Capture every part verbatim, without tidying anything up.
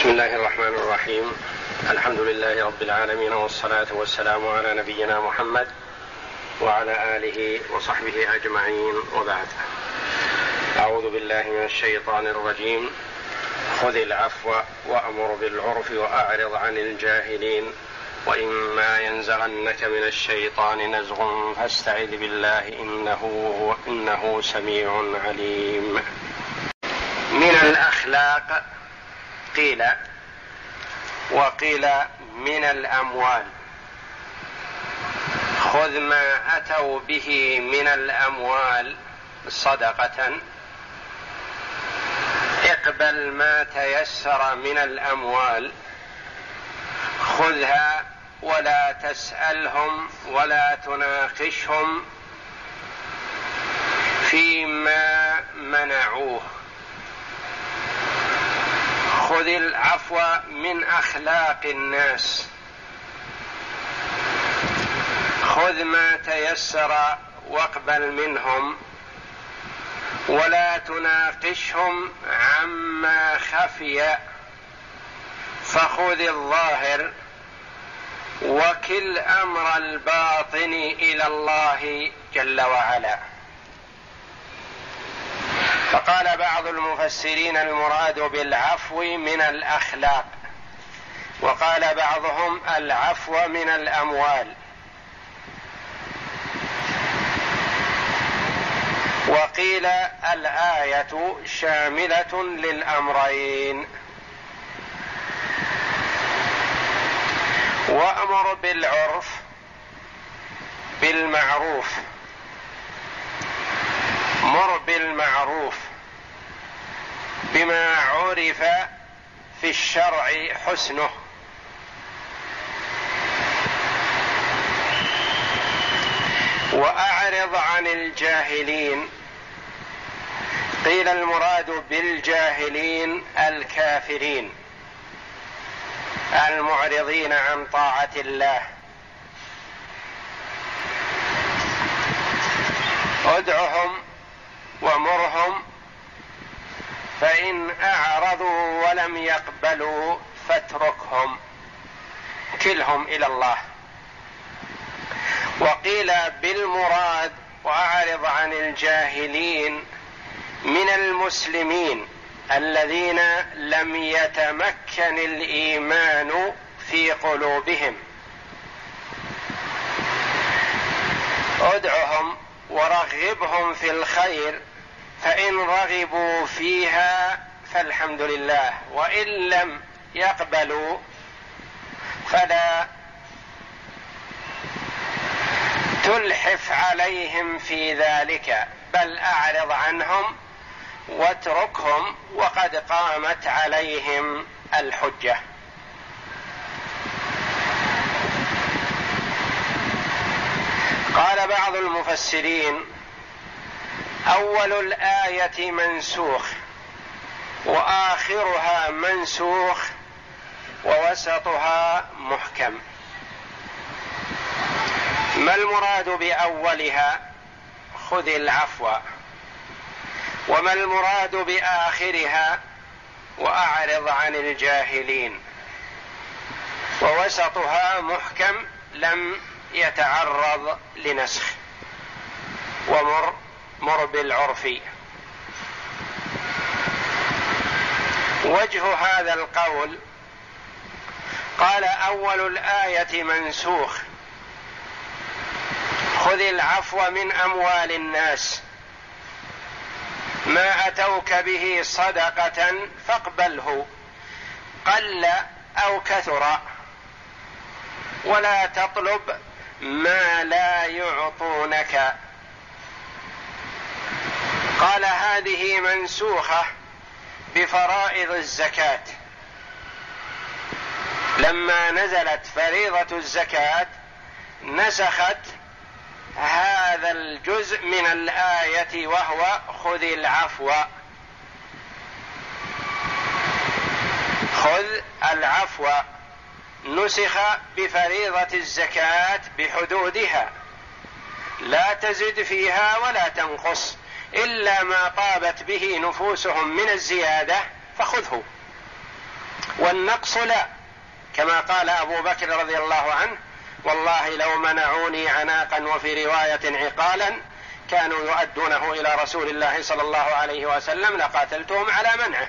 بسم الله الرحمن الرحيم. الحمد لله رب العالمين، والصلاة والسلام على نبينا محمد وعلى آله وصحبه أجمعين، وبعد. أعوذ بالله من الشيطان الرجيم. خذ العفو وأمر بالعرف وأعرض عن الجاهلين، وإما ينزغنك من الشيطان نزغ فاستعذ بالله إنه, إنه سميع عليم. من الأخلاق قيل، وقيل من الأموال. خذ ما أتوا به من الأموال صدقة، اقبل ما تيسر من الأموال، خذها ولا تسألهم ولا تناقشهم فيما منعوه. خذ العفو من أخلاق الناس، خذ ما تيسر واقبل منهم، ولا تناقشهم عما خفي، فخذ الظاهر وكل أمر الباطن إلى الله جل وعلا. فقال بعض المفسرين المراد بالعفو من الأخلاق، وقال بعضهم العفو من الأموال، وقيل الآية شاملة للأمرين. وأمر بالعرف بالمعروف، مر بالمعروف بما عرف في الشرع حسنه، وأعرض عن الجاهلين. قيل المراد بالجاهلين الكافرين المعرضين عن طاعة الله. ادعهم ومرهم، فإن أعرضوا ولم يقبلوا فاتركهم، كلهم إلى الله. وقيل بالمراد وأعرض عن الجاهلين من المسلمين الذين لم يتمكن الإيمان في قلوبهم. ادعهم ورغبهم في الخير، فإن رغبوا فيها فالحمد لله، وإن لم يقبلوا فلا تلحف عليهم في ذلك، بل أعرض عنهم واتركهم وقد قامت عليهم الحجة. قال بعض المفسرين أول الآية منسوخ، وآخرها منسوخ، ووسطها محكم. ما المراد بأولها؟ خذ العفو. وما المراد بآخرها؟ وأعرض عن الجاهلين. ووسطها محكم لم يتعرض لنسخ. ومر مر بالعرف. وجه هذا القول، قال أول الآية منسوخ، خذ العفو من أموال الناس، ما أتوك به صدقة فاقبله قل أو كثر، ولا تطلب ما لا يعطونك. قال هذه منسوخة بفرائض الزكاة، لما نزلت فريضة الزكاة نسخت هذا الجزء من الآية، وهو خذ العفو. خذ العفو نسخ بفريضة الزكاة بحدودها، لا تزد فيها ولا تنقص، إلا ما طابت به نفوسهم من الزيادة فخذه. والنقص لا، كما قال أبو بكر رضي الله عنه: والله لو منعوني عناقا وفي رواية عقالا كانوا يؤدونه إلى رسول الله صلى الله عليه وسلم لقاتلتهم على منعه.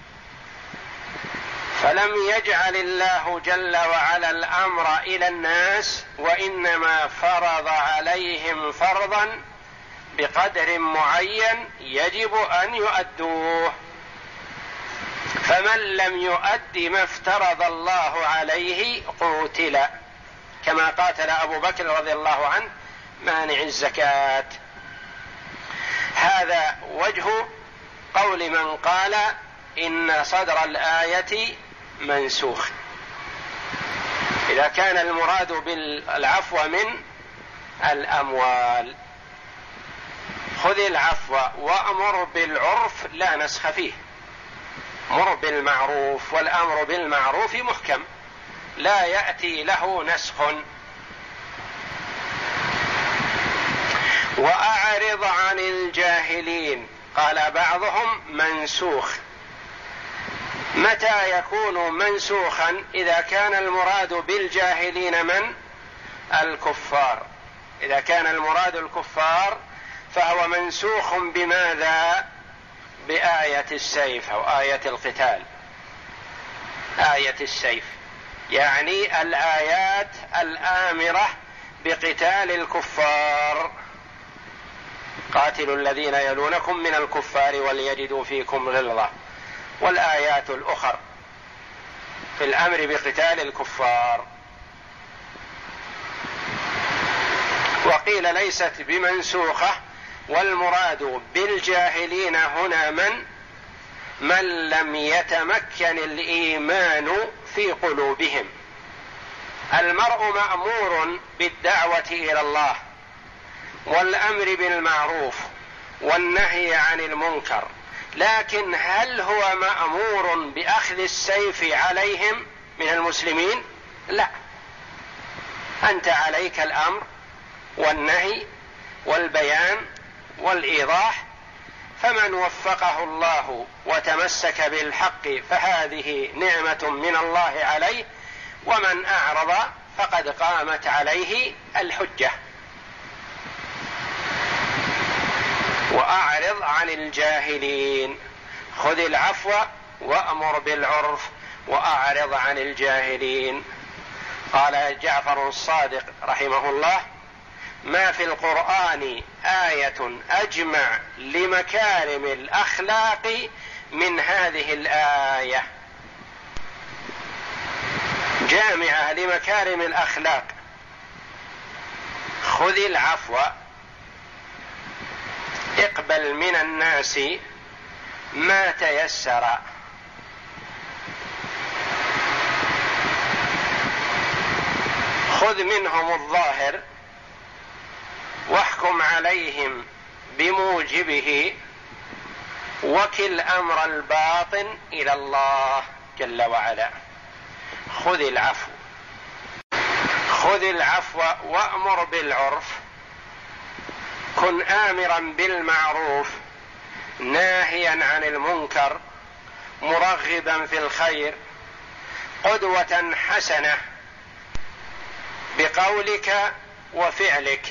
فلم يجعل الله جل وعلا الأمر إلى الناس، وإنما فرض عليهم فرضا بقدر معين يجب أن يؤدوه، فمن لم يؤد ما افترض الله عليه قتل، كما قاتل أبو بكر رضي الله عنه مانع الزكاة. هذا وجه قول من قال إن صدر الآية منسوخ، إذا كان المراد بالعفو من الأموال. خذ العفو وأمر بالعرف لا نسخ فيه، مر بالمعروف، والأمر بالمعروف محكم لا يأتي له نسخ. وأعرض عن الجاهلين، قال بعضهم منسوخ. متى يكون منسوخا؟ إذا كان المراد بالجاهلين من؟ الكفار. إذا كان المراد الكفار فهو منسوخ بماذا؟ بآية السيف أو آية القتال، آية السيف، يعني الآيات الآمرة بقتال الكفار: قاتلوا الذين يلونكم من الكفار وليجدوا فيكم غلظة، والآيات الأخرى في الأمر بقتال الكفار. وقيل ليست بمنسوخة، والمراد بالجاهلين هنا من من لم يتمكن الإيمان في قلوبهم. المرء مأمور بالدعوة إلى الله والأمر بالمعروف والنهي عن المنكر، لكن هل هو مأمور بأخذ السيف عليهم من المسلمين؟ لا، أنت عليك الأمر والنهي والبيان والإيضاح، فمن وفقه الله وتمسك بالحق فهذه نعمة من الله عليه، ومن أعرض فقد قامت عليه الحجة. وأعرض عن الجاهلين، خذ العفو وأمر بالعرف وأعرض عن الجاهلين. قال جعفر الصادق رحمه الله: ما في القرآن آية أجمع لمكارم الأخلاق من هذه الآية، جامعة لمكارم الأخلاق. خذ العفو، اقبل من الناس ما تيسر، خذ منهم الظاهر واحكم عليهم بموجبه، وكل أمر الباطن إلى الله جل وعلا. خذ العفو، خذ العفو وأمر بالعرف، كن آمرا بالمعروف ناهيا عن المنكر مرغبا في الخير، قدوة حسنة بقولك وفعلك.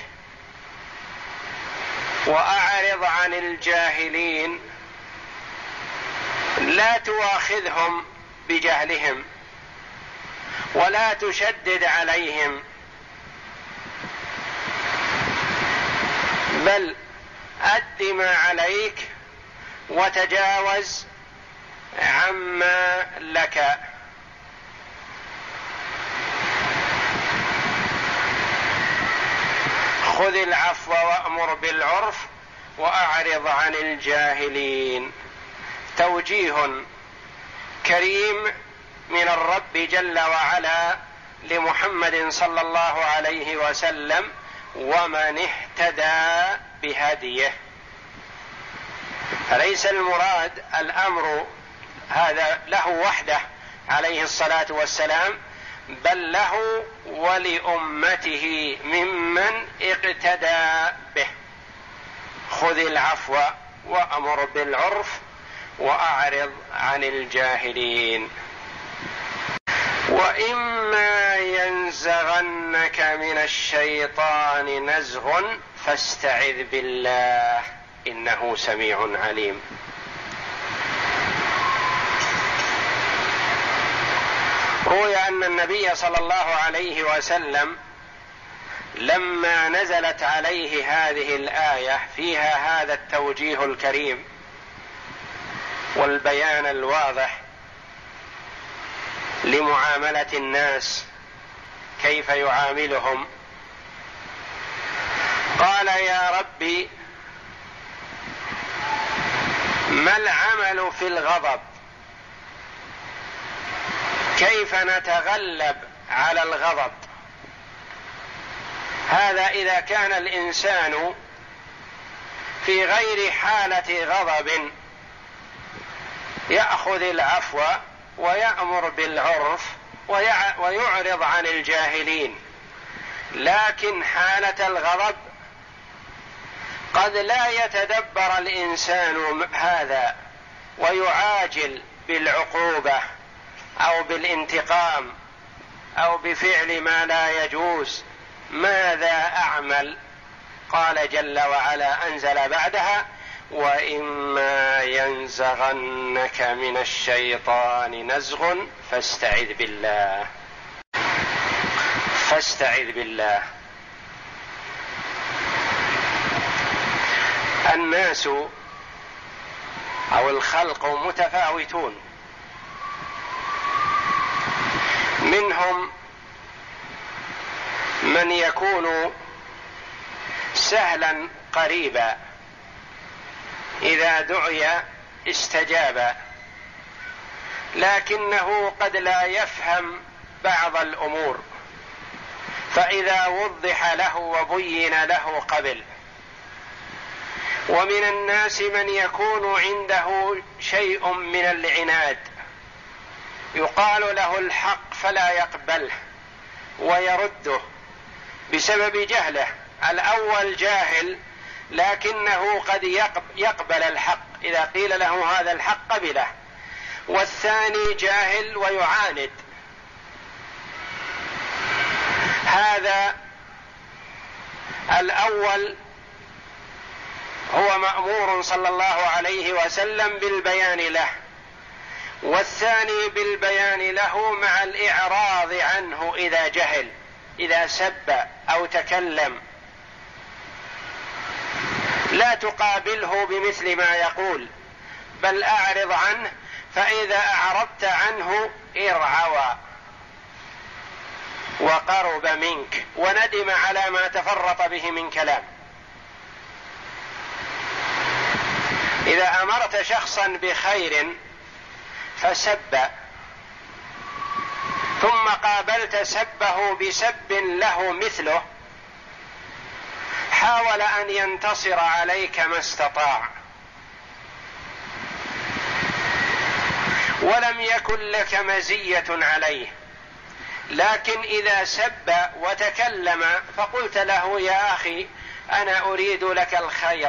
وأعرض عن الجاهلين، لا تواخذهم بجهلهم ولا تشدد عليهم، بل أد ما عليك وتجاوز عما لك. خذ العفو وأمر بالعرف وأعرض عن الجاهلين. توجيه كريم من الرب جل وعلا لمحمد صلى الله عليه وسلم ومن اهتدى بهديه. فليس المراد الأمر هذا له وحده عليه الصلاة والسلام، بل له ولأمته ممن اقتدى به. خذ العفو وأمر بالعرف وأعرض عن الجاهلين. وإما ينزغنك من الشيطان نزغ فاستعذ بالله إنه سميع عليم. روي أن النبي صلى الله عليه وسلم لما نزلت عليه هذه الآية فيها هذا التوجيه الكريم والبيان الواضح لمعاملة الناس كيف يعاملهم، قال يا ربي ما العمل في الغضب؟ كيف نتغلب على الغضب؟ هذا إذا كان الإنسان في غير حالة غضب يأخذ العفو ويأمر بالعرف ويعرض عن الجاهلين، لكن حالة الغضب قد لا يتدبر الإنسان هذا ويعاجل بالعقوبة أو بالانتقام أو بفعل ما لا يجوز. ماذا أعمل؟ قال جل وعلا أنزل بعدها وإما ينزغنك من الشيطان نزغ فاستعذ بالله. فاستعذ بالله. الناس أو الخلق متفاوتون، منهم من يكون سهلا قريبا إذا دعي استجاب، لكنه قد لا يفهم بعض الأمور، فإذا وضح له وبين له قبل. ومن الناس من يكون عنده شيء من العناد، يقال له الحق فلا يقبله ويرده بسبب جهله. الأول جاهل لكنه قد يقبل الحق، إذا قيل له هذا الحق قبله، والثاني جاهل ويعاند. هذا الأول هو مأمور صلى الله عليه وسلم بالبيان له، والثاني بالبيان له مع الإعراض عنه إذا جهل، إذا سب أو تكلم لا تقابله بمثل ما يقول، بل أعرض عنه، فإذا أعرضت عنه ارعوى وقرب منك وندم على ما تفرط به من كلام. إذا أمرت شخصا بخير فسب ثم قابلت سبه بسب له مثله، حاول أن ينتصر عليك ما استطاع، ولم يكن لك مزية عليه، لكن إذا سب وتكلم فقلت له يا أخي أنا أريد لك الخير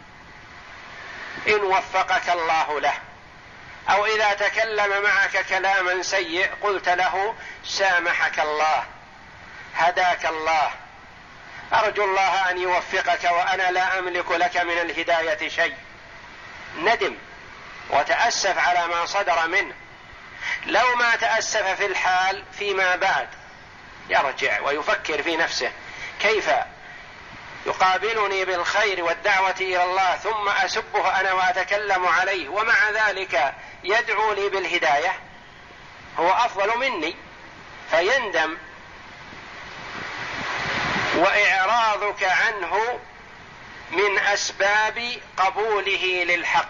إن وفقك الله له، أو إذا تكلم معك كلاما سيء قلت له سامحك الله هداك الله، أرجو الله أن يوفقك وأنا لا أملك لك من الهداية شيء. ندم وتأسف على ما صدر منه. لو ما تأسف في الحال فيما بعد يرجع ويفكر في نفسه كيف يقابلني بالخير والدعوة إلى الله ثم أسبه أنا وأتكلم عليه، ومع ذلك يدعو لي بالهداية، هو أفضل مني، فيندم. وإعراضك عنه من أسباب قبوله للحق.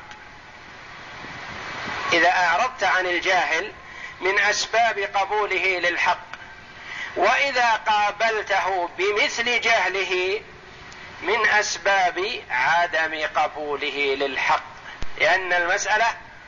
إذا أعرضت عن الجاهل من أسباب قبوله للحق، وإذا قابلته بمثل جهله من أسباب عدم قبوله للحق، لأن المسألة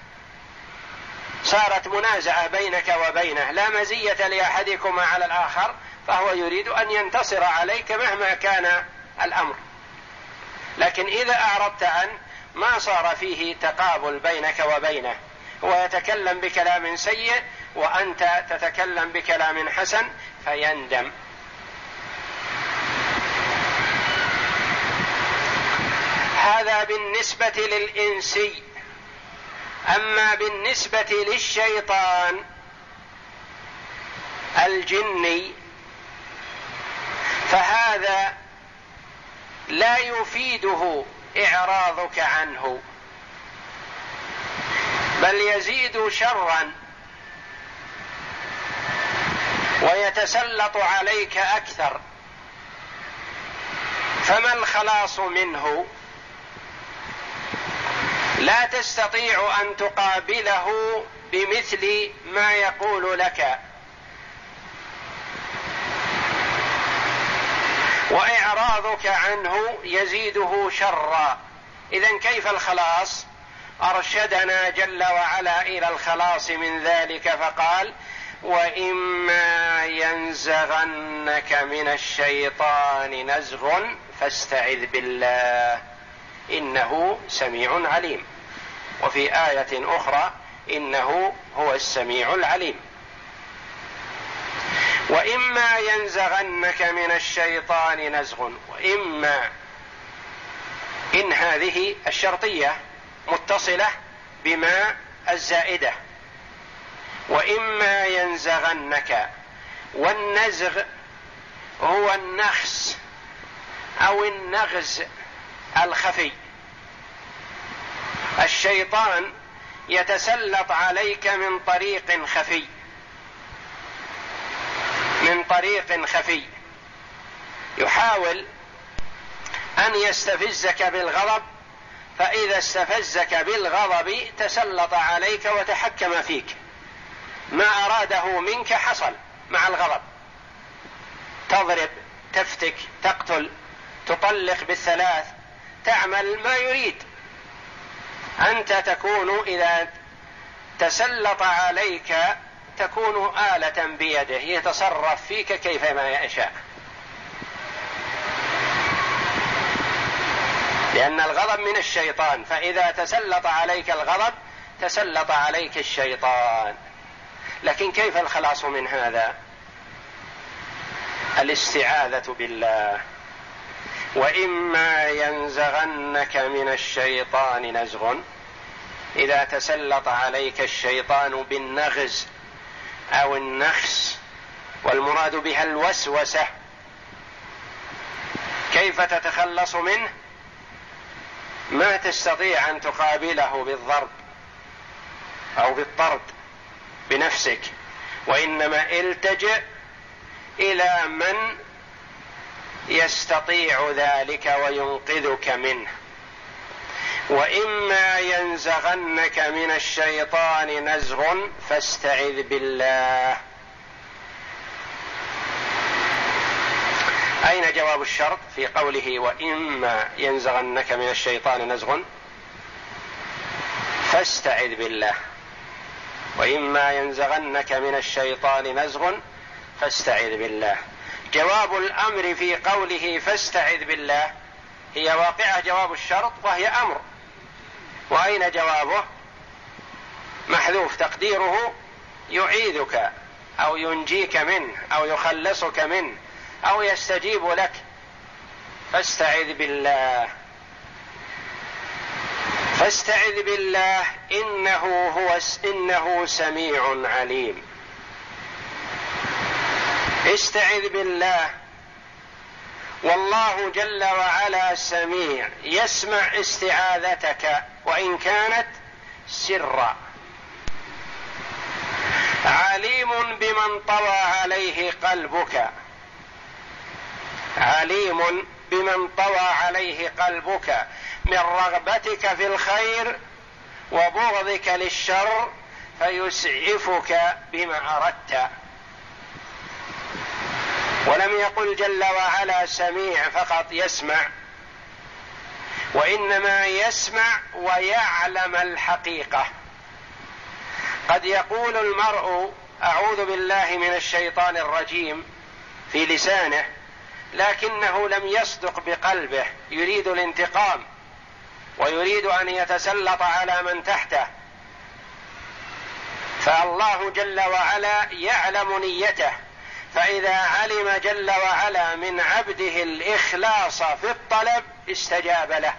صارت منازعة بينك وبينه، لا مزية لأحدكما على الآخر، فهو يريد أن ينتصر عليك مهما كان الأمر. لكن إذا أعرضت عنه ما صار فيه تقابل بينك وبينه، هو يتكلم بكلام سيء وأنت تتكلم بكلام حسن فيندم. هذا بالنسبة للإنسي. أما بالنسبة للشيطان الجني فهذا لا يفيده إعراضك عنه، بل يزيد شرا ويتسلط عليك أكثر. فما الخلاص منه؟ لا تستطيع أن تقابله بمثل ما يقول لك، وإعراضك عنه يزيده شرا. إذن كيف الخلاص؟ أرشدنا جل وعلا إلى الخلاص من ذلك فقال: وإما ينزغنك من الشيطان نزغ فاستعذ بالله إنه سميع عليم. وفي آية أخرى: إنه هو السميع العليم. وإما ينزغنك من الشيطان نزغ، وإما إن هذه الشرطية متصلة بما الزائدة، وإما ينزغنك، والنزغ هو النخس أو النغز الخفي. الشيطان يتسلط عليك من طريق خفي، من طريق خفي يحاول أن يستفزك بالغضب، فإذا استفزك بالغضب تسلط عليك وتحكم فيك. ما أراده منك حصل مع الغضب، تضرب، تفتك، تقتل، تطلق بالثلاث، تعمل ما يريد. أنت تكون إذا تسلط عليك تكون آلة بيده يتصرف فيك كيفما يشاء، لأن الغضب من الشيطان، فإذا تسلط عليك الغضب تسلط عليك الشيطان. لكن كيف الخلاص من هذا؟ الاستعاذة بالله. وإما ينزغنك من الشيطان نزغ، إذا تسلط عليك الشيطان بالنغز أو النخس، والمراد بها الوسوسة، كيف تتخلص منه؟ ما تستطيع أن تقابله بالضرب أو بالطرد بنفسك، وإنما التجئ إلى من يستطيع ذلك وينقذك منه. وإما ينزغنك من الشيطان نزغ فاستعذ بالله. أين جواب الشرط في قوله وإما ينزغنك من الشيطان نزغ؟ فاستعذ بالله. وإما ينزغنك من الشيطان نزغ فاستعذ بالله. جواب الأمر في قوله فاستعذ بالله هي واقعة جواب الشرط وهي أمر. وأين جوابه؟ محذوف تقديره يعيذك أو ينجيك منه أو يخلصك منه أو يستجيب لك. فاستعذ بالله، فاستعذ بالله إنه هو إنه سميع عليم. استعذ بالله، والله جل وعلا سميع، يسمع استعاذتك وإن كانت سرا، عليم بمن طوى عليه قلبك، عليم بمن طوى عليه قلبك من رغبتك في الخير وبغضك للشر فيسعفك بما أردت. ولم يقل جل وعلا سميع فقط يسمع، وإنما يسمع ويعلم الحقيقة. قد يقول المرء أعوذ بالله من الشيطان الرجيم في لسانه، لكنه لم يصدق بقلبه، يريد الانتقام ويريد أن يتسلط على من تحته، فالله جل وعلا يعلم نيته، فإذا علم جل وعلا من عبده الإخلاص في الطلب استجاب له.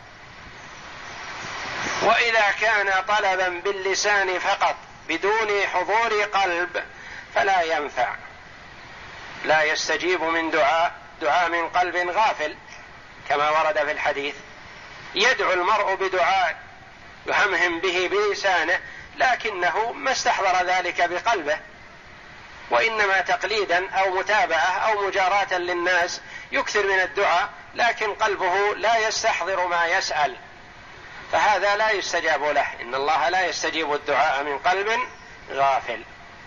وإذا كان طلبا باللسان فقط بدون حضور قلب فلا ينفع، لا يستجيب من دعاء دعاء من قلب غافل كما ورد في الحديث. يدعو المرء بدعاء يهمهم به بلسانه لكنه ما استحضر ذلك بقلبه، وإنما تقليدا أو متابعة أو مجاراة للناس يكثر من الدعاء لكن قلبه لا يستحضر ما يسأل، فهذا لا يستجاب له. إن الله لا يستجيب الدعاء من قلب غافل.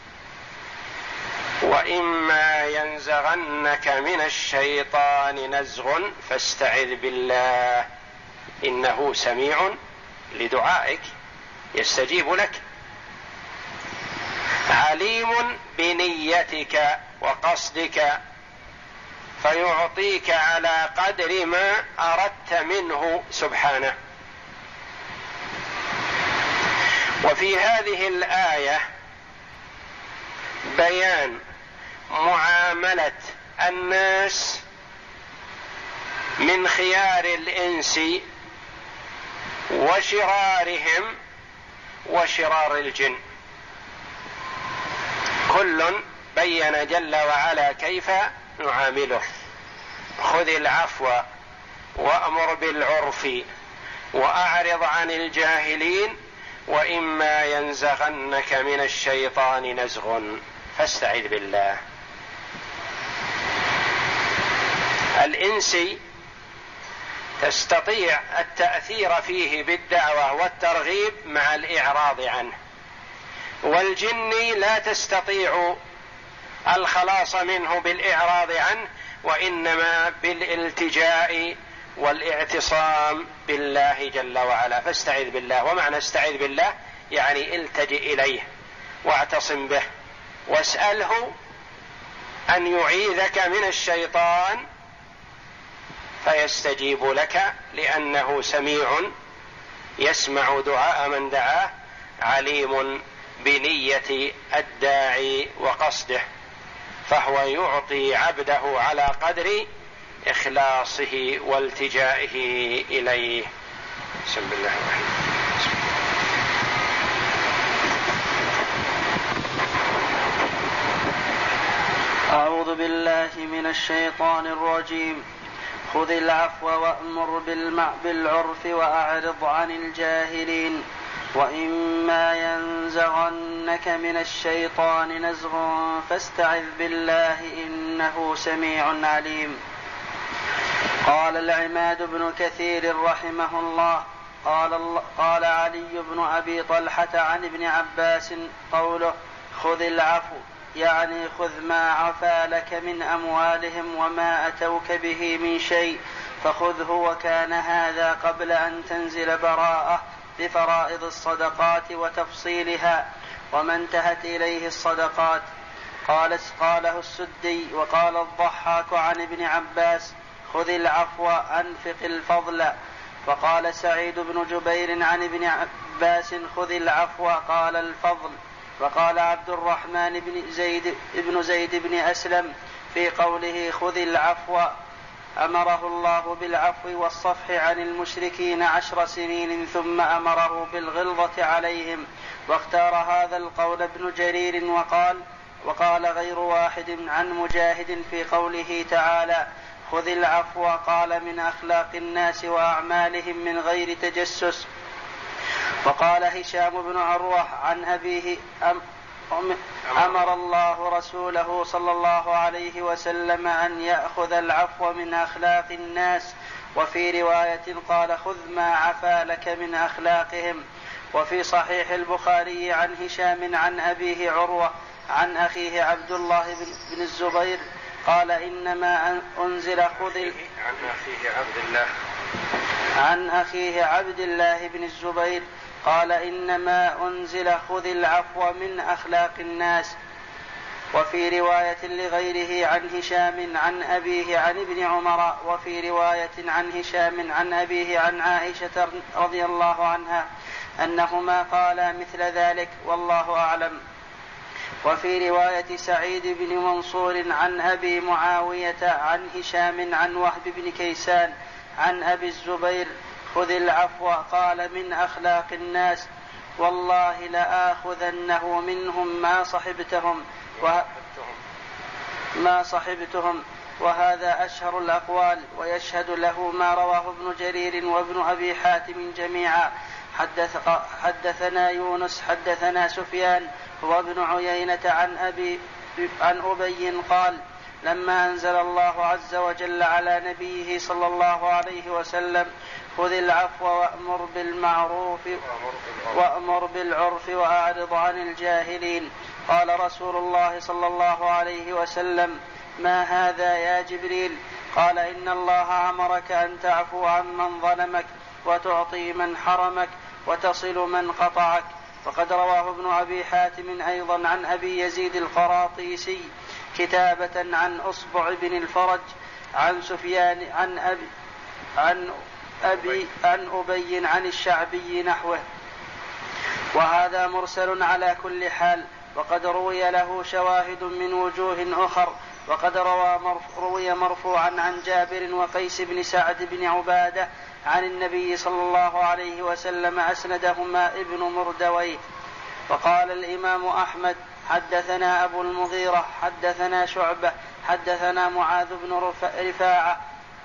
وإما ينزغنك من الشيطان نزغ فاستعذ بالله إنه سميع لدعائك يستجيب لك، عليم بنيتك وقصدك فيعطيك على قدر ما أردت منه سبحانه. وفي هذه الآية بيان معاملة الناس من خيار الإنس وشرارهم وشرار الجن، كل بين جل وعلا كيف نعامله. خذ العفو وأمر بالعرف وأعرض عن الجاهلين وإما ينزغنك من الشيطان نزغ فاستعذ بالله. الإنسي تستطيع التأثير فيه بالدعوة والترغيب مع الإعراض عنه، والجني لا تستطيع الخلاص منه بالإعراض عنه وإنما بالالتجاء والاعتصام بالله جل وعلا. فاستعذ بالله، ومعنى استعذ بالله يعني التجئ إليه واعتصم به واسأله أن يعيذك من الشيطان فيستجيب لك، لأنه سميع يسمع دعاء من دعاه، عليم بنية الداعي وقصده، فهو يعطي عبده على قدر إخلاصه والتجائه إليه. بسم الله الرحمن الرحيم. أعوذ بالله من الشيطان الرجيم. خذ العفو وأمر بالعرف وأعرض عن الجاهلين وإما ينزغنك من الشيطان نزغ فاستعذ بالله إنه سميع عليم. قال العماد بن كثير رحمه الله قال, قال علي بن أبي طلحة عن ابن عباس قوله خذ العفو يعني خذ ما عفا لك من أموالهم وما أتوك به من شيء فخذه، وكان هذا قبل أن تنزل براءة بفرائض الصدقات وتفصيلها وما انتهت إليه الصدقات. قال قاله السدي. وقال الضحاك عن ابن عباس خذ العفو أنفق الفضل. فقال سعيد بن جبير عن ابن عباس خذ العفو قال الفضل. وقال عبد الرحمن بن زيد بن زيد بن أسلم في قوله خذ العفو أمره الله بالعفو والصفح عن المشركين عشر سنين ثم أمره بالغلظة عليهم. واختار هذا القول ابن جرير وقال وقال غير واحد عن مجاهد في قوله تعالى خذ العفو قال من أخلاق الناس وأعمالهم من غير تجسس. وقال هشام بن عروة عن أبيه أم أمر الله رسوله صلى الله عليه وسلم أن يأخذ العفو من أخلاق الناس. وفي رواية قال خذ ما عفا لك من أخلاقهم. وفي صحيح البخاري عن هشام عن أبيه عروة عن أخيه عبد الله بن الزبير قال إنما أنزل خذ عن أخيه عبد الله عن أخيه عبد الله بن الزبير قال إنما أنزل خذ العفو من أخلاق الناس. وفي رواية لغيره عن هشام عن أبيه عن ابن عمر. وفي رواية عن هشام عن أبيه عن عائشة رضي الله عنها أنهما قالا مثل ذلك والله أعلم. وفي رواية سعيد بن منصور عن أبي معاوية عن هشام عن وهب بن كيسان عن أبي الزبير خذ العفو قال من أخلاق الناس والله لآخذنه منهم ما صحبتهم وه... ما صحبتهم وهذا أشهر الأقوال. ويشهد له ما رواه ابن جرير وابن أبي حاتم جميعا. حدث حدثنا يونس حدثنا سفيان وابن عيينة عن أبي عن أبي قال لما أنزل الله عز وجل على نبيه صلى الله عليه وسلم خذ العفو وأمر بالمعروف وأمر بالعرف وأعرض عن الجاهلين قال رسول الله صلى الله عليه وسلم ما هذا يا جبريل؟ قال إن الله أمرك أن تعفو عمن ظلمك وتعطي من حرمك وتصل من قطعك. وقد رواه ابن أبي حاتم أيضا عن أبي يزيد القراطيسي كتابة عن أصبع بن الفرج عن سفيان عن أبي عن أبي عن أبي عن الشعبي نحوه، وهذا مرسل على كل حال. وقد روي له شواهد من وجوه أخر. وقد روى روي مرفوعا عن جابر وقيس بن سعد بن عبادة عن النبي صلى الله عليه وسلم أسندهما ابن مردويه. وقال الإمام أحمد حدثنا أبو المغيرة حدثنا شعبة حدثنا معاذ بن رفاعة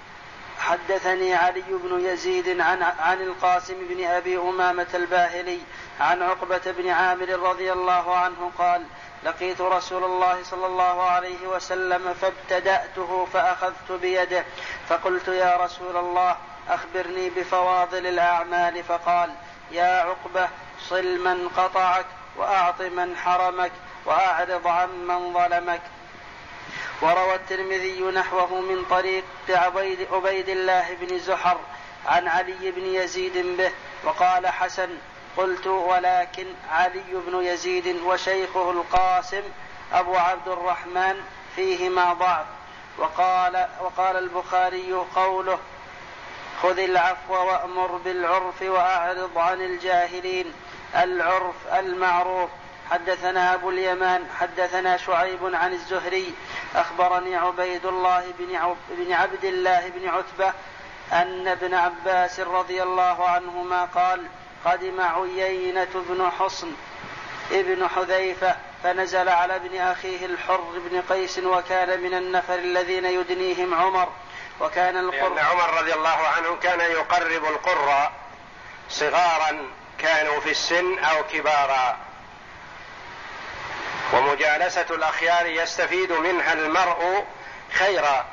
حدثني علي بن يزيد عن, عن القاسم بن أبي أمامة الباهلي عن عقبة بن عامر رضي الله عنه قال لقيت رسول الله صلى الله عليه وسلم فابتدأته فأخذت بيده فقلت يا رسول الله أخبرني بفواضل الأعمال فقال يا عقبة صل من قطعك وأعط من حرمك وأعرض عن من ظلمك. وروى الترمذي نحوه من طريق عبيد, عبيد الله بن زحر عن علي بن يزيد به وقال حسن. قلت ولكن علي بن يزيد وشيخه القاسم أبو عبد الرحمن فيهما ضعف. وقال, وقال البخاري قوله خذ العفو وأمر بالعرف وأعرض عن الجاهلين العرف المعروف. حدثنا أبو اليمان حدثنا شعيب عن الزهري أخبرني عبيد الله بن عبد الله بن عتبة أن ابن عباس رضي الله عنهما قال قدم عيينة بن حصن ابن حذيفة فنزل على ابن أخيه الحر بن قيس وكان من النفر الذين يدنيهم عمر. وكان القرى لأن عمر رضي الله عنه كان يقرب القرى صغارا كانوا في السن أو كبارا، ومجالسة الأخيار يستفيد منها المرء خيرا،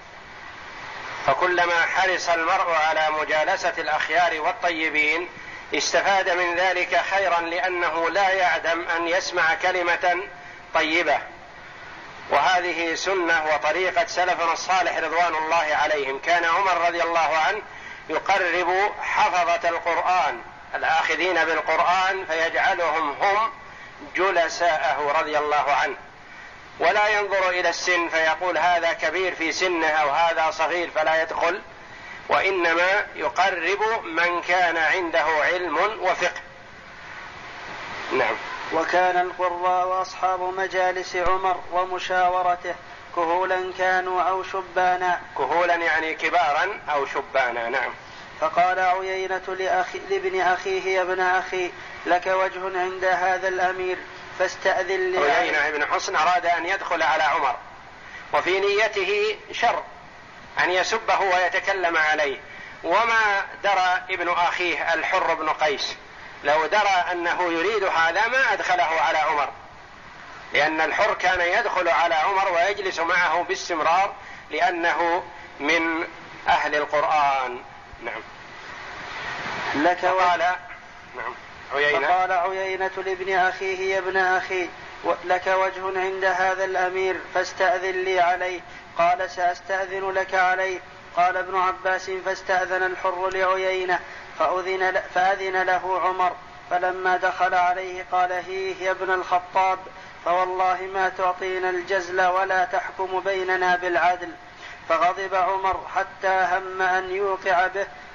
فكلما حرص المرء على مجالسة الأخيار والطيبين استفاد من ذلك خيرا، لأنه لا يعدم أن يسمع كلمة طيبة. وهذه سنة وطريقة سلفنا الصالح رضوان الله عليهم. كان عمر رضي الله عنه يقرب حفظة القرآن الآخذين بالقرآن فيجعلهم هم جلساءه رضي الله عنه، ولا ينظر إلى السن فيقول هذا كبير في سنه أو هذا صغير فلا يدخل، وإنما يقرب من كان عنده علم وفقه. نعم. وكان القراء وأصحاب مجالس عمر ومشاورته كهولا كانوا أو شبانا. كهولا يعني كبارا أو شبانا. نعم. فقال عيينة لأخي لابن أخيه يا ابن أخي لك وجه عند هذا الأمير فاستأذن لي. عيينة بن حصن أراد أن يدخل على عمر وفي نيته شر أن يسبه ويتكلم عليه، وما درى ابن أخيه الحر بن قيس، لو درى أنه يريد هذا ما أدخله على عمر، لأن الحر كان يدخل على عمر ويجلس معه باستمرار لأنه من أهل القرآن. نعم. لك فقال نعم عيينة فقال عيينة لابن أخيه يا ابن أخي لك وجه عند هذا الأمير فاستأذن لي عليه. قال سأستأذن لك عليه. قال ابن عباس فاستأذن الحر لعيينة فأذن, فأذن له عمر، فلما دخل عليه قال هيه يا ابن الخطاب فوالله ما تعطينا الجزل ولا تحكم بيننا بالعدل. فغضب عمر حتى هم أن يوقع به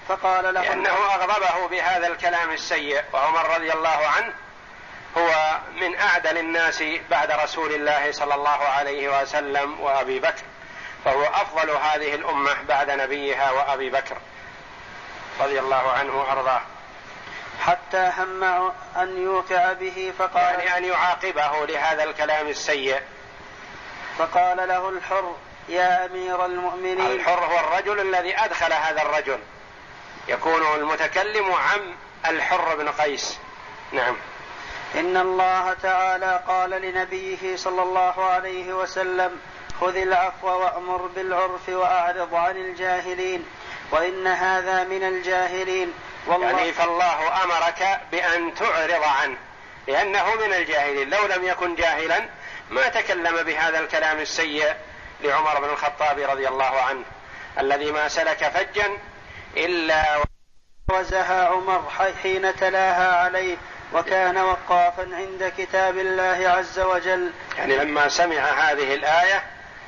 فقال له لأنه أغضبه بهذا الكلام السيء. وعمر رضي الله عنه هو من أعدل الناس بعد رسول الله صلى الله عليه وسلم وأبي بكر، فهو أفضل هذه الأمة بعد نبيها وأبي بكر رضي الله عنه وأرضاه. حتى هم أن يوقع به فقال يعني أن يعاقبه لهذا الكلام السيء. فقال له الحر: يا أمير المؤمنين. الحر هو الرجل الذي أدخل هذا الرجل، يكون المتكلم عم الحر بن قيس. نعم. إن الله تعالى قال لنبيه صلى الله عليه وسلم: خذ العفو وأمر بالعرف وأعرض عن الجاهلين، وإن هذا من الجاهلين. والله يعني فالله أمرك بأن تعرض عنه لأنه من الجاهلين. لو لم يكن جاهلا ما تكلم بهذا الكلام السيء لعمر بن الخطاب رضي الله عنه الذي ما سلك فجا إلا وزها عمر حين تلاها عليه، وكان وقافا عند كتاب الله عز وجل. يعني لما سمع هذه الآية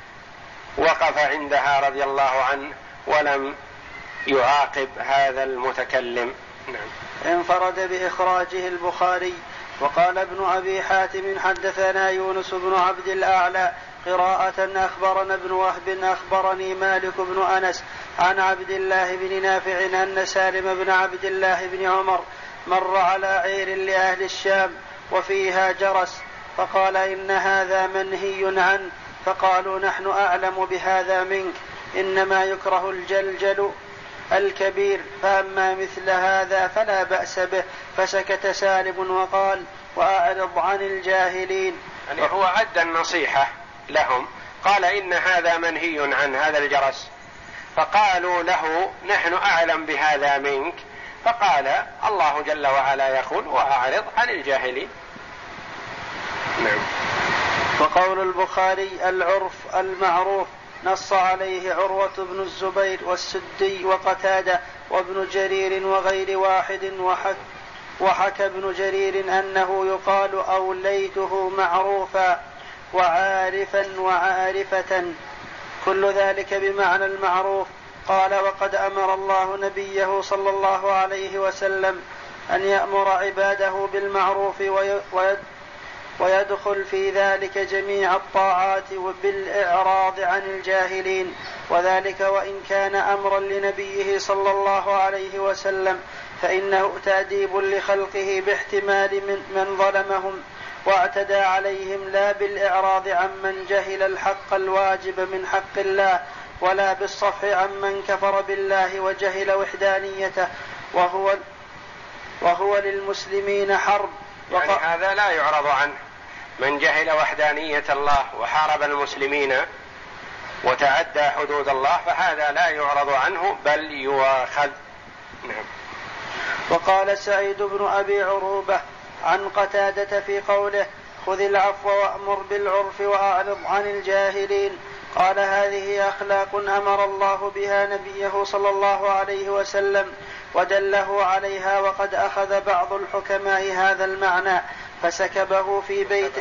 وقف عندها رضي الله عنه ولم يعاقب هذا المتكلم. نعم. انفرد بإخراجه البخاري. وقال ابن أبي حاتم: حدثنا يونس بن عبد الأعلى قراءة أخبرنا ابن وهب أخبرني مالك بن أنس عن عبد الله بن نافع أن سالم بن عبد الله بن عمر مر على عير لأهل الشام وفيها جرس، فقال: إن هذا منهي عنه. فقالوا: نحن أعلم بهذا منك، إنما يكره الجلجل الكبير، فأما مثل هذا فلا بأس به. فسكت سالم وقال: وأعرض عن الجاهلين. يعني هو أدى النصيحة لهم، قال: إن هذا منهي عن هذا الجرس. فقالوا له: نحن أعلم بهذا منك. فقال: الله جل وعلا يقول: وأعرض عن الجاهلين. نعم. وقول البخاري: العرف المعروف نص عليه عروة بن الزبير والسدي وقتادة وابن جرير وغير واحد. وحك وحكى ابن جرير أنه يقال أوليته معروفا وعارفا وعارفة، كل ذلك بمعنى المعروف. قال: وقد أمر الله نبيه صلى الله عليه وسلم أن يأمر عباده بالمعروف ويدخل في ذلك جميع الطاعات بالإعراض عن الجاهلين، وذلك وإن كان أمرا لنبيه صلى الله عليه وسلم فإنه تأديب لخلقه باحتمال من, من ظلمهم واعتدى عليهم، لا بالإعراض عن من جهل الحق الواجب من حق الله، ولا بالصفح عن من كفر بالله وجهل وحدانيته، وهو, وهو للمسلمين حرب. يعني هذا لا يعرض عنه. من جهل وحدانية الله وحارب المسلمين وتعدى حدود الله فهذا لا يعرض عنه بل يؤاخذ. نعم. وقال سعيد بن أبي عروبة عن قتادة في قوله: خذ العفو وأمر بالعرف وأعرض عن الجاهلين، قال: هذه أخلاق أمر الله بها نبيه صلى الله عليه وسلم ودله عليها، وقد أخذ بعض الحكماء هذا المعنى فسكبه في بيت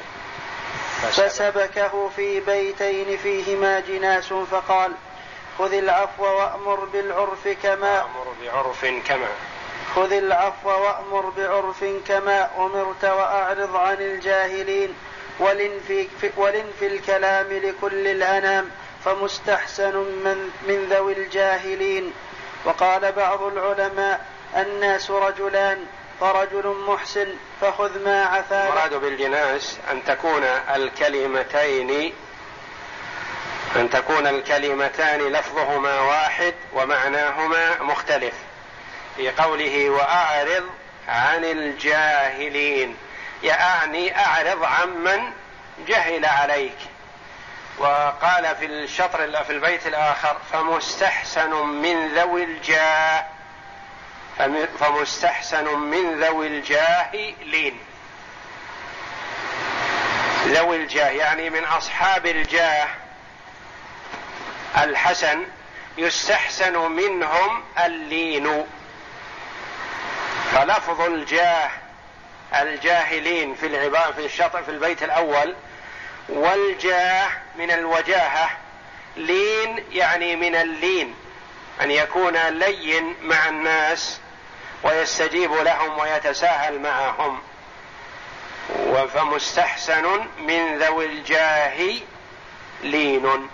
فسبكه في بيتين فيهما جناس، فقال: خذ العفو وأمر بالعرف كما أمر بعرف كما خذ العفو وأمر بعرف كما أمرت وأعرض عن الجاهلين، ولن في, ولن في الكلام لكل الأنام، فمستحسن من, من ذوي الجاهلين. وقال بعض العلماء: الناس رجلان، فرجل محسن فخذ ما عفا. المراد بالجناس أن تكون الكلمتين أن تكون الكلمتان لفظهما واحد ومعناهما مختلف. في قوله: وأعرض عن الجاهلين، يعني أعرض عمن جهل عليك. وقال في الشطر في البيت الآخر: فمستحسن من ذوي الجاه فمستحسن من ذوي الجاهلين. ذوي الجاه يعني من أصحاب الجاه الحسن، يستحسن منهم اللين. فلفظ الجاه الجاهلين في العبارة في الشطر في البيت الأول، والجاه من الوجاهة، لين يعني من اللين، أن يكون لين مع الناس ويستجيب لهم ويتساهل معهم، فمستحسن من ذوي الجاه لين.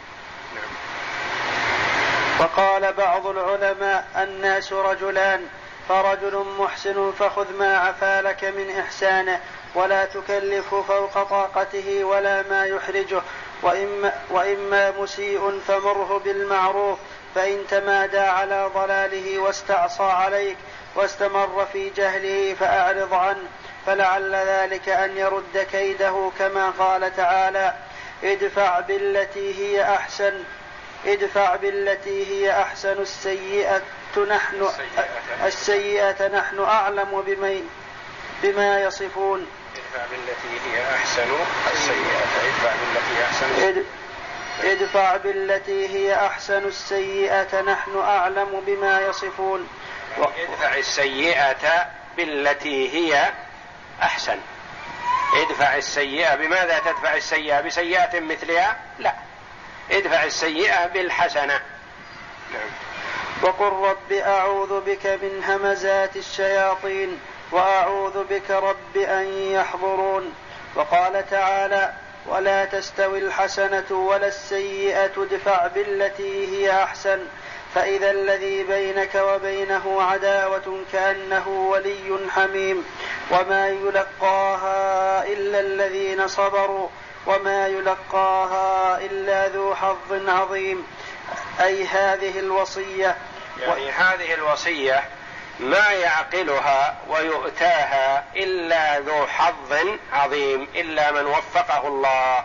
وقال بعض العلماء: الناس رجلان، فرجل محسن فخذ ما عفا لك من إحسانه ولا تكلف فوق طاقته ولا ما يحرجه، وإما, وإما مسيء فمره بالمعروف، فإن تمادى على ضلاله واستعصى عليك واستمر في جهله فأعرض عنه، فلعل ذلك أن يرد كيده، كما قال تعالى: ادفع بالتي هي أحسن ادفع بالتي هي أحسن السيئة نحن السيئة نحن أعلم بما بما يصفون. ادفع بالتي هي أحسن السيئة ادفع بالتي هي أحسن ادفع بالتي هي أحسن السيئة نحن أعلم بما يصفون. ادفع السيئة بالتي هي أحسن. ادفع السيئة، بماذا تدفع السيئة؟ بسيئة مثلها؟ لا، ادفع السيئة بالحسنة. نعم. وقل رب أعوذ بك من همزات الشياطين وأعوذ بك رب أن يحضرون. وقال تعالى: ولا تستوي الحسنة ولا السيئة ادفع بالتي هي أحسن فإذا الذي بينك وبينه عداوة كأنه ولي حميم، وما يلقاها إلا الذين صبروا وما يلقاها إلا ذو حظ عظيم. أي هذه الوصية، يعني و... هذه الوصية ما يعقلها ويؤتاها إلا ذو حظ عظيم، إلا من وفقه الله.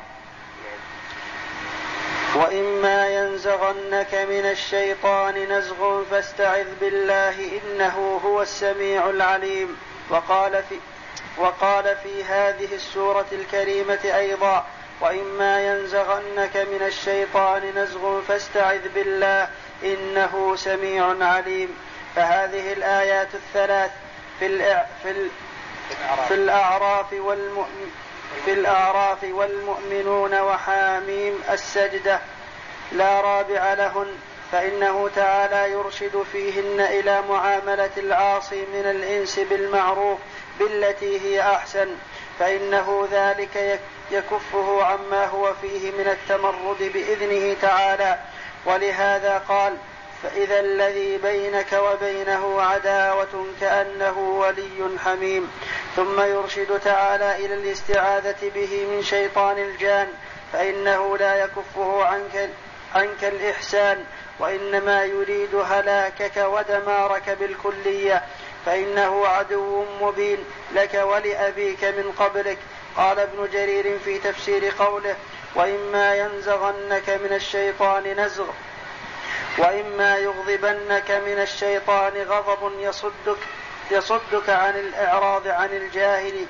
وإما ينزغنك من الشيطان نزغ فاستعذ بالله إنه هو السميع العليم. وقال في, وقال في هذه السورة الكريمة أيضا: وإما ينزغنك من الشيطان نزغ فاستعذ بالله إنه سميع عليم. فهذه الآيات الثلاث في, الإع... في, ال... في الأعراف والمؤمن في الأعراف والمؤمنون وحاميم السجدة لا رابع لهن، فإنه تعالى يرشد فيهن إلى معاملة العاصي من الإنس بالمعروف بالتي هي أحسن، فإنه ذلك يكفه عما هو فيه من التمرد بإذنه تعالى. ولهذا قال: فإذا الذي بينك وبينه عداوة كأنه ولي حميم. ثم يرشد تعالى إلى الاستعاذة به من شيطان الجان، فإنه لا يكفه عنك, عنك الإحسان، وإنما يريد هلاكك ودمارك بالكلية، فإنه عدو مبين لك ولأبيك من قبلك. قال ابن جرير في تفسير قوله: وإما ينزغنك من الشيطان نزغ وإما يغضبنك من الشيطان غضب يصدك, يصدك عن الإعراض عن الجاهل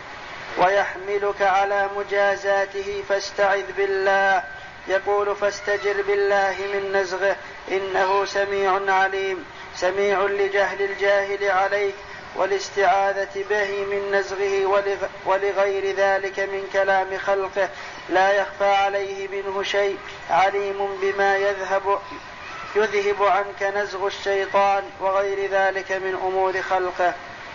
ويحملك على مجازاته فاستعذ بالله. يقول: فاستجر بالله من نزغه إنه سميع عليم، سميع لجهل الجاهل عليك والاستعاذة به من نزغه ولغير ذلك من كلام خلقه لا يخفى عليه منه شيء، عليم بما يذهب يذهب عنك نزغ الشيطان وغير ذلك من أمور خلقه.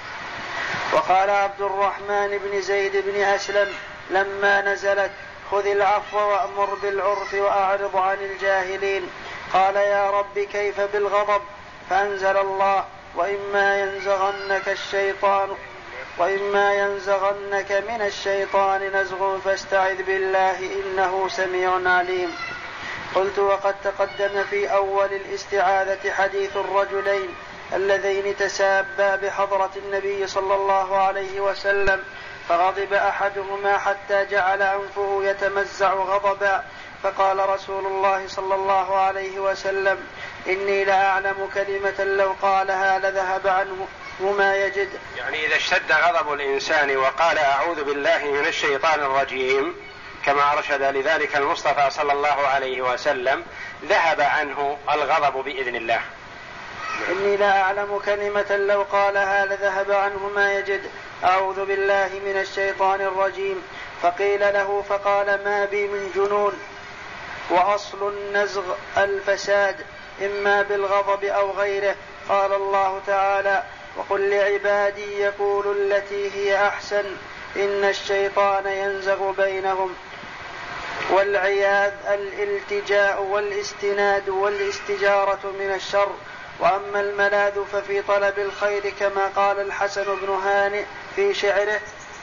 وقال عبد الرحمن بن زيد بن أسلم لما نزلت: خذ العفو وأمر بالعرف وأعرض عن الجاهلين، قال: يا رب كيف بالغضب؟ فأنزل الله: وإما ينزغنك الشيطان وإما ينزغنك من الشيطان نزغ فاستعذ بالله إنه سميع عليم. قلت: وقد تقدم في أول الاستعاذة حديث الرجلين اللذين تسابا بحضرة النبي صلى الله عليه وسلم، فغضب أحدهما حتى جعل أنفه يتمزع غضبا، فقال رسول الله صلى الله عليه وسلم: إني لأعلم كلمة لو قالها لذهب عنه ما يجد. يعني إذا اشتد غضب الإنسان وقال أعوذ بالله من الشيطان الرجيم كما أرشد لذلك المصطفى صلى الله عليه وسلم ذهب عنه الغضب بإذن الله. إني لا أعلم كلمة لو قالها لذهب عنه ما يجد، أعوذ بالله من الشيطان الرجيم. فقيل له فقال: ما بي من جنون، وأصل النزغ الفساد، إما بالغضب أو غيره. قال الله تعالى: وقل لعبادي يقولوا التي هي أحسن إن الشيطان ينزغ بينهم. والعياذ الالتجاء والاستناد والاستجارة من الشر. وأما الملاذ ففي طلب الخير، كما قال الحسن بن هانئ في شعره: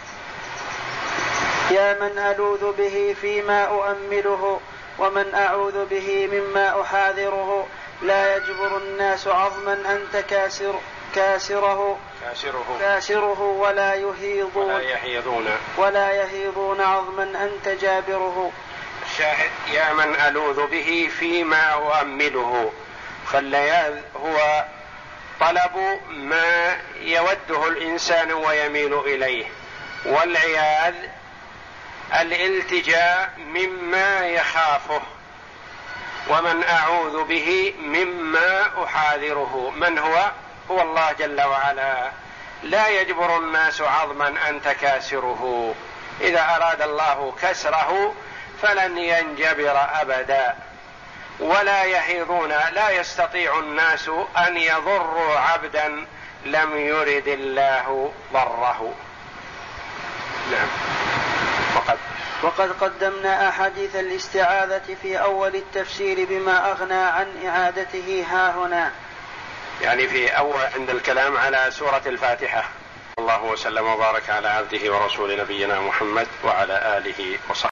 يا من ألوذ به فيما أؤمله ومن أعوذ به مما أحاذره، لا يجبر الناس عظما أنت كاسر كاسره كاسره, كاسره ولا يهيضون ولا يهيضون ولا يهيضون عظما أنت جابره. الشاهد: يا من ألوذ به فيما أؤمله. فاللياذ هو طلب ما يوده الإنسان ويميل إليه، والعياذ الالتجاء مما يخافه، ومن أعوذ به مما أحاذره. من هو؟ هو الله جل وعلا. لا يجبر الناس عظما أنت كاسره. إذا أراد الله كسره فلن ينجبر أبدا. ولا يهيضون، لا يستطيع الناس أن يضروا عبدا لم يرد الله ضره. نعم. وقد وقد قدمنا أحاديث الاستعاذة في أول التفسير بما أغنى عن إعادته ها هنا، يعني في أول عند الكلام على سورة الفاتحة. الله وسلم وبارك على عبده ورسول نبينا محمد وعلى آله وصحبه.